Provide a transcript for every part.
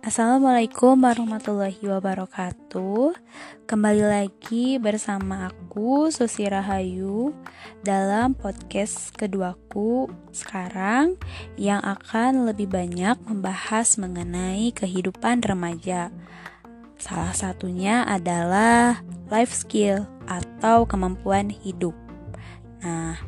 Assalamualaikum warahmatullahi wabarakatuh. Kembali lagi bersama aku Susi Rahayu dalam podcast keduaku sekarang yang akan lebih banyak membahas mengenai kehidupan remaja. Salah satunya adalah life skill atau kemampuan hidup. Nah,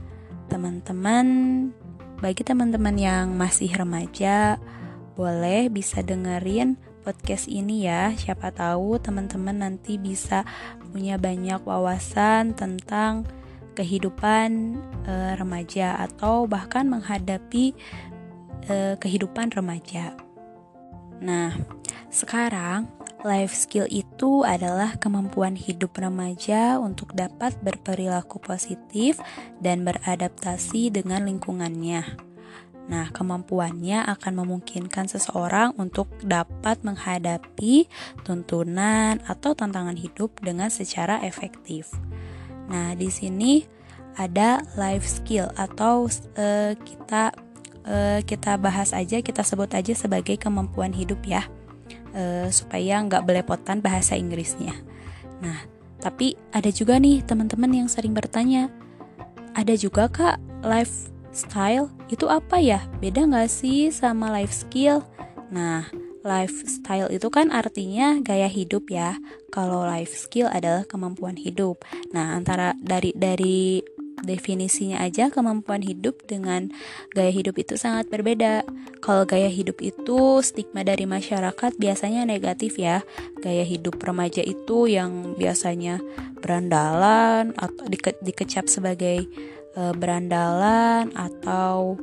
bagi teman-teman yang masih remaja, boleh bisa dengerin podcast ini ya. Siapa tahu teman-teman nanti bisa punya banyak wawasan tentang kehidupan remaja atau bahkan menghadapi kehidupan remaja. Nah, sekarang life skill itu adalah kemampuan hidup remaja untuk dapat berperilaku positif dan beradaptasi dengan lingkungannya. Nah, kemampuannya akan memungkinkan seseorang untuk dapat menghadapi tuntunan atau tantangan hidup dengan secara efektif. Nah, di sini ada life skill atau kita bahas aja, kita sebut aja sebagai kemampuan hidup ya, supaya nggak belepotan bahasa Inggrisnya. Nah, tapi ada juga nih teman-teman yang sering bertanya, ada juga kak lifestyle itu apa ya? Beda gak sih sama life skill? Nah, lifestyle itu kan artinya gaya hidup ya. Kalau life skill adalah kemampuan hidup. Nah, antara dari definisinya aja kemampuan hidup dengan gaya hidup itu sangat berbeda. Kalau gaya hidup itu stigma dari masyarakat biasanya negatif ya. Gaya hidup remaja itu yang biasanya berandalan atau dikecap sebagai berandalan atau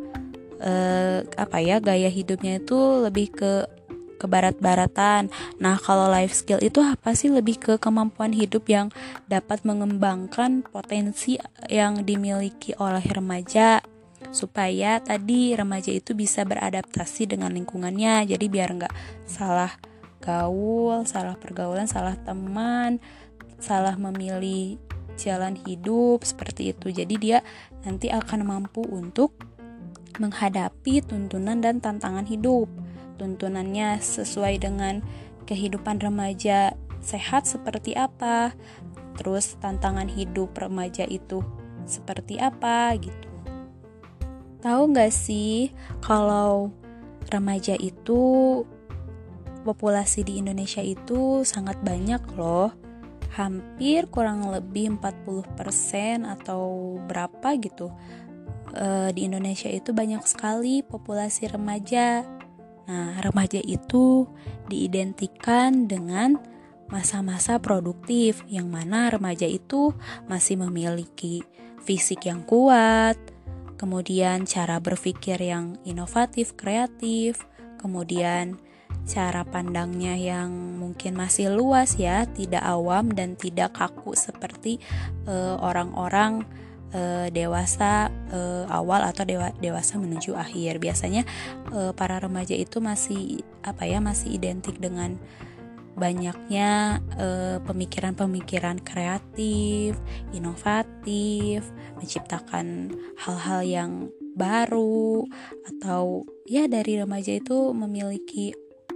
gaya hidupnya itu lebih ke barat-baratan. Nah, kalau life skill itu apa sih? Lebih ke kemampuan hidup yang dapat mengembangkan potensi yang dimiliki oleh remaja supaya tadi remaja itu bisa beradaptasi dengan lingkungannya. Jadi biar nggak salah gaul, salah pergaulan, salah teman, salah memilih jalan hidup seperti itu. Jadi dia nanti akan mampu untuk menghadapi tuntunan dan tantangan hidup. Tuntunannya sesuai dengan kehidupan remaja sehat seperti apa, terus tantangan hidup remaja itu seperti apa gitu. Tahu gak sih kalau remaja itu populasi di Indonesia itu sangat banyak loh. Hampir kurang lebih 40% atau berapa gitu. Di Indonesia itu banyak sekali populasi remaja. Nah, remaja itu diidentikan dengan masa-masa produktif, yang mana remaja itu masih memiliki fisik yang kuat, kemudian cara berpikir yang inovatif, kreatif, kemudian cara pandangnya yang mungkin masih luas ya, tidak awam dan tidak kaku seperti orang-orang dewasa awal atau dewasa menuju akhir. Biasanya para remaja itu masih identik dengan banyaknya pemikiran-pemikiran kreatif, inovatif, menciptakan hal-hal yang baru, atau ya dari remaja itu memiliki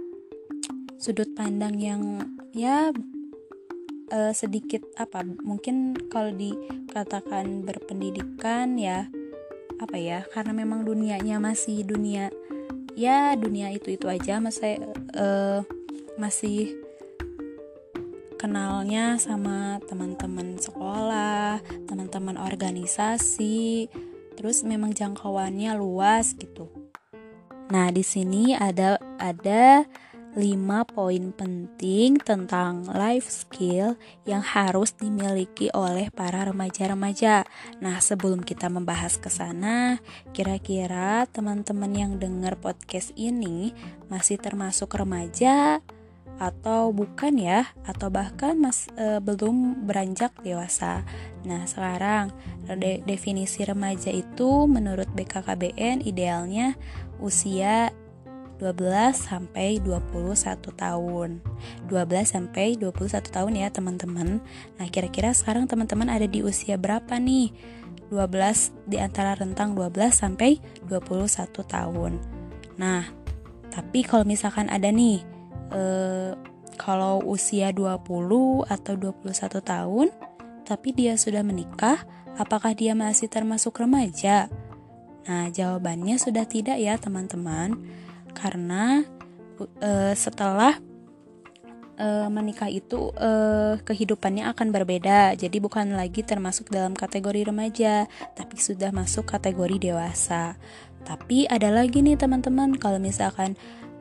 sudut pandang yang ya sedikit mungkin kalau dikatakan berpendidikan ya karena memang dunianya masih dunia itu aja, masih kenalnya sama teman-teman sekolah, teman-teman organisasi, terus memang jangkauannya luas gitu. Nah, di sini ada 5 poin penting tentang life skill yang harus dimiliki oleh para remaja-remaja. Nah, sebelum kita membahas ke sana, kira-kira teman-teman yang dengar podcast ini masih termasuk remaja atau bukan ya? Atau bahkan belum beranjak dewasa. Nah, sekarang definisi remaja itu menurut BKKBN idealnya usia 12 sampai 21 tahun. 12 sampai 21 tahun ya, teman-teman. Nah, kira-kira sekarang teman-teman ada di usia berapa nih? 12 di antara rentang 12 sampai 21 tahun. Nah, tapi kalau misalkan ada nih kalau usia 20 atau 21 tahun tapi dia sudah menikah, apakah dia masih termasuk remaja? Nah, jawabannya sudah tidak ya teman-teman, karena setelah menikah itu kehidupannya akan berbeda. Jadi bukan lagi termasuk dalam kategori remaja, tapi sudah masuk kategori dewasa. Tapi ada lagi nih teman-teman, kalau misalkan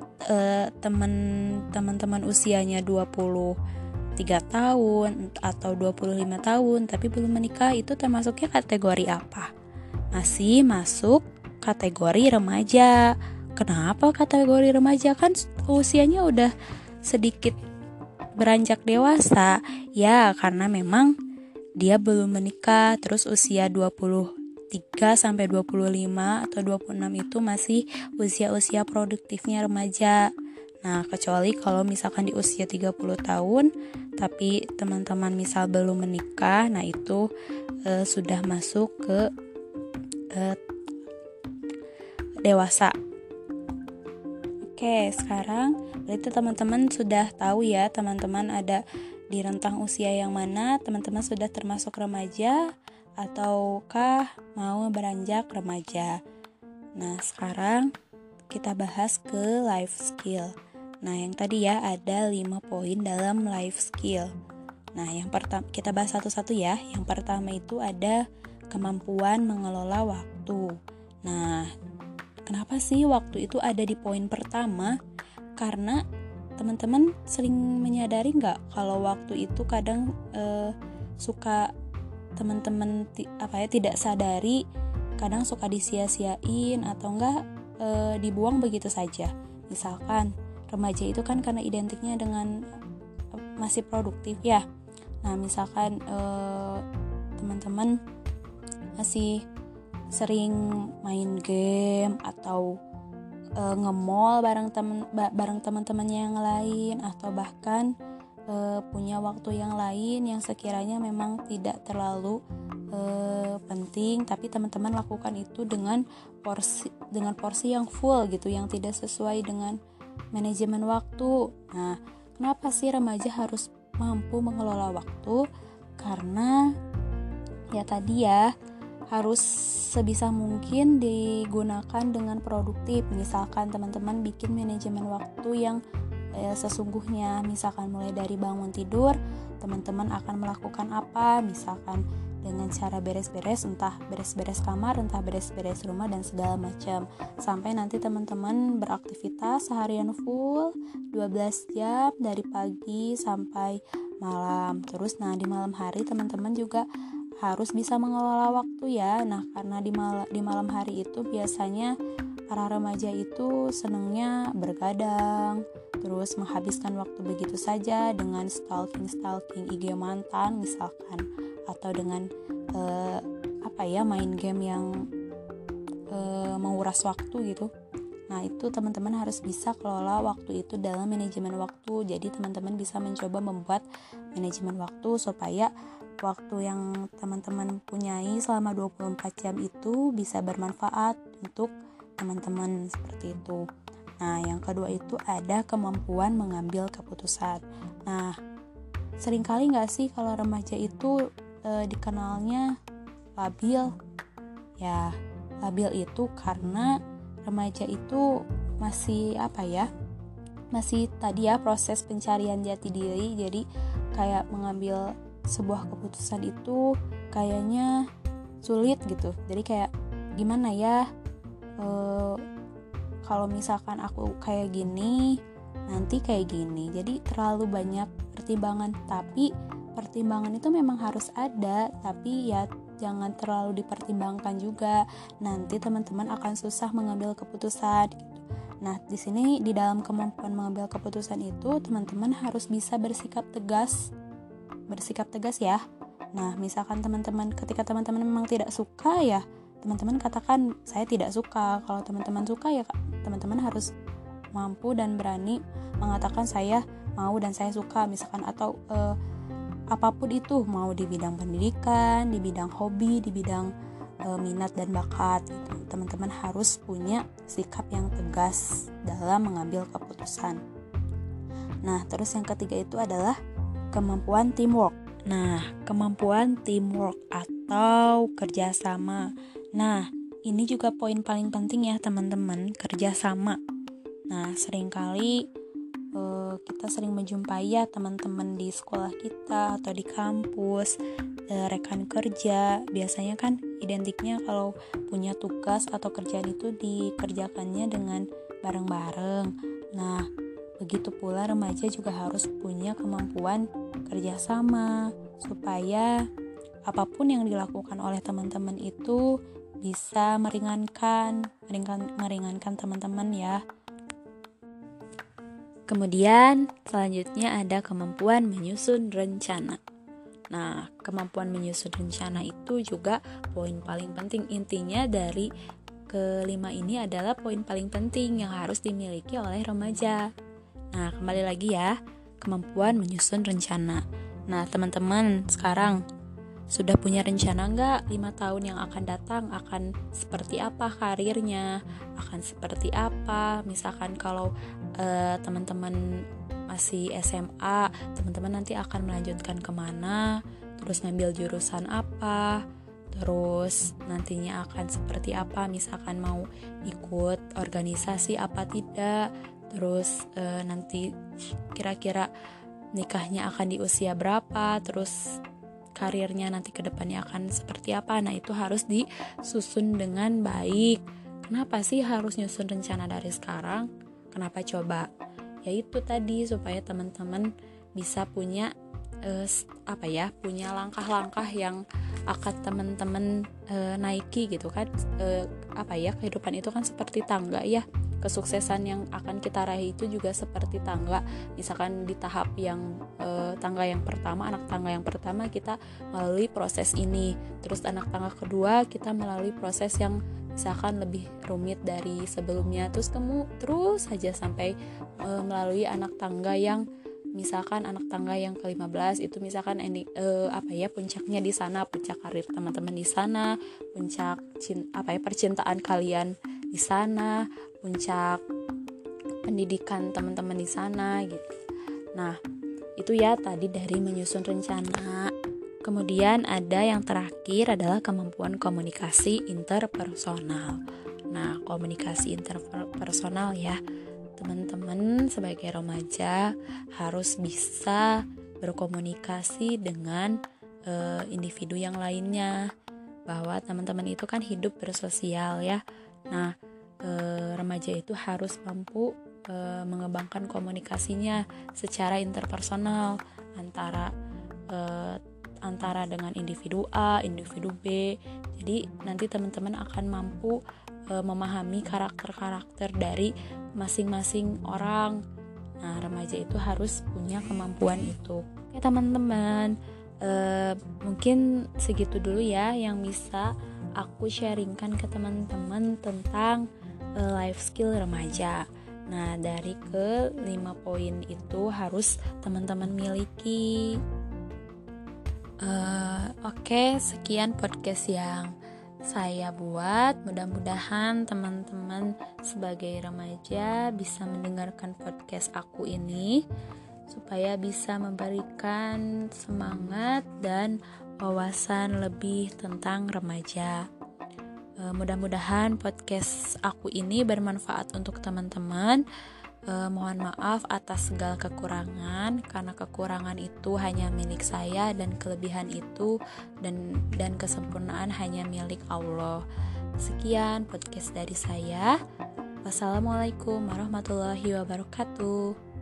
teman-teman usianya 23 tahun atau 25 tahun tapi belum menikah, itu termasuknya kategori apa? Masih masuk kategori remaja. Kenapa kategori remaja? Kan usianya udah sedikit beranjak dewasa. Ya, karena memang dia belum menikah, terus usia 23 sampai 25 atau 26 itu masih usia-usia produktifnya remaja. Nah, kecuali kalau misalkan di usia 30 tahun tapi teman-teman misal belum menikah, nah itu sudah masuk ke dewasa. Oke, sekarang berarti teman-teman sudah tahu ya, teman-teman ada di rentang usia yang mana, teman-teman sudah termasuk remaja ataukah mau beranjak remaja. Nah, sekarang kita bahas ke life skill. Nah, yang tadi ya ada 5 poin dalam life skill. Nah, yang pertama kita bahas satu-satu ya. Yang pertama itu ada kemampuan mengelola waktu. Nah, kenapa sih waktu itu ada di poin pertama? Karena teman-teman sering menyadari nggak kalau waktu itu kadang suka teman-teman tidak sadari, kadang suka disia-siain atau enggak dibuang begitu saja. Misalkan remaja itu kan karena identiknya dengan masih produktif ya. Nah, misalkan teman-teman masih sering main game atau nge-mall bareng teman-temannya yang lain, atau bahkan punya waktu yang lain yang sekiranya memang tidak terlalu penting, tapi teman-teman lakukan itu dengan porsi yang full gitu, yang tidak sesuai dengan manajemen waktu. Nah, kenapa sih remaja harus mampu mengelola waktu? Karena ya tadi ya, harus sebisa mungkin digunakan dengan produktif. Misalkan teman-teman bikin manajemen waktu yang sesungguhnya, misalkan mulai dari bangun tidur, teman-teman akan melakukan apa, misalkan dengan cara beres-beres, entah beres-beres kamar, entah beres-beres rumah dan segala macam, sampai nanti teman-teman beraktivitas seharian full 12 jam dari pagi sampai malam. Terus di malam hari teman-teman juga harus bisa mengelola waktu ya. Nah, karena di malam hari itu biasanya para remaja itu senangnya bergadang, terus menghabiskan waktu begitu saja dengan stalking IG mantan misalkan, atau dengan main game yang menguras waktu gitu. Nah, itu teman-teman harus bisa kelola waktu itu dalam manajemen waktu. Jadi teman-teman bisa mencoba membuat manajemen waktu supaya waktu yang teman-teman punyai selama 24 jam itu bisa bermanfaat untuk teman-teman, seperti itu. Nah, yang kedua itu ada kemampuan mengambil keputusan. Nah, seringkali gak sih kalau remaja itu dikenalnya labil? Ya, labil itu karena remaja itu masih masih tadi ya proses pencarian jati diri. Jadi kayak mengambil sebuah keputusan itu kayaknya sulit gitu. Jadi kayak gimana ya, kalau misalkan aku kayak gini nanti kayak gini. Jadi terlalu banyak pertimbangan. Tapi pertimbangan itu memang harus ada, tapi ya jangan terlalu dipertimbangkan juga. Nanti teman-teman akan susah mengambil keputusan gitu. Nah, di sini di dalam kemampuan mengambil keputusan itu teman-teman harus bisa bersikap tegas ya. Nah, misalkan ketika teman-teman memang tidak suka ya, teman-teman katakan saya tidak suka. Kalau teman-teman suka ya teman-teman harus mampu dan berani mengatakan saya mau dan saya suka misalkan, atau apapun itu, mau di bidang pendidikan, di bidang hobi, di bidang minat dan bakat gitu. Teman-teman harus punya sikap yang tegas dalam mengambil keputusan. Nah, terus yang ketiga itu adalah kemampuan teamwork. Nah, kemampuan teamwork atau kerjasama. Nah, ini juga poin paling penting ya teman-teman, kerjasama. Nah, seringkali kita sering menjumpai ya teman-teman di sekolah kita atau di kampus, rekan kerja. Biasanya kan identiknya kalau punya tugas atau kerjaan itu dikerjakannya dengan bareng-bareng. Nah, begitu pula remaja juga harus punya kemampuan kerjasama supaya apapun yang dilakukan oleh teman-teman itu bisa meringankan teman-teman ya. Kemudian selanjutnya ada kemampuan menyusun rencana. Nah, kemampuan menyusun rencana itu juga poin paling penting. Intinya dari kelima ini adalah poin paling penting yang harus dimiliki oleh remaja. Nah, kembali lagi ya, kemampuan menyusun rencana. Nah, teman-teman sekarang sudah punya rencana nggak 5 tahun yang akan datang akan seperti apa karirnya, akan seperti apa? Misalkan kalau teman-teman masih SMA, teman-teman nanti akan melanjutkan kemana, terus ngambil jurusan apa, terus nantinya akan seperti apa, misalkan mau ikut organisasi apa tidak, terus nanti kira-kira nikahnya akan di usia berapa, terus karirnya nanti ke depannya akan seperti apa. Nah, itu harus disusun dengan baik. Kenapa sih harus nyusun rencana dari sekarang? Kenapa coba? Yaitu tadi supaya teman-teman bisa punya punya langkah-langkah yang akan teman-teman naiki gitu kan. Kehidupan itu kan seperti tangga ya. Kesuksesan yang akan kita raih itu juga seperti tangga. Misalkan di tahap yang anak tangga yang pertama kita melalui proses ini, terus anak tangga kedua kita melalui proses yang misalkan lebih rumit dari sebelumnya, terus saja sampai melalui anak tangga yang misalkan anak tangga yang ke-15 itu misalkan puncaknya di sana, puncak karir teman-teman di sana, puncak percintaan kalian di sana, puncak pendidikan teman-teman di sana gitu. Nah, itu ya tadi dari menyusun rencana. Kemudian ada yang terakhir adalah kemampuan komunikasi interpersonal. Nah, komunikasi interpersonal ya. Teman-teman sebagai remaja harus bisa berkomunikasi dengan individu yang lainnya. Bahwa teman-teman itu kan hidup bersosial ya. Nah, remaja itu harus mampu mengembangkan komunikasinya secara interpersonal antara dengan individu A, individu B. Jadi nanti teman-teman akan mampu memahami karakter-karakter dari masing-masing orang. Nah, remaja itu harus punya kemampuan itu. Oke teman-teman, mungkin segitu dulu ya yang bisa aku sharingkan ke teman-teman tentang life skill remaja. Nah, dari ke-5 poin itu harus teman-teman miliki. Oke, sekian podcast yang saya buat. Mudah-mudahan teman-teman sebagai remaja bisa mendengarkan podcast aku ini supaya bisa memberikan semangat dan wawasan lebih tentang remaja. Mudah-mudahan podcast aku ini bermanfaat untuk teman-teman. Mohon maaf atas segala kekurangan, karena kekurangan itu hanya milik saya dan kelebihan itu dan kesempurnaan hanya milik Allah. Sekian podcast dari saya. Wassalamualaikum warahmatullahi wabarakatuh.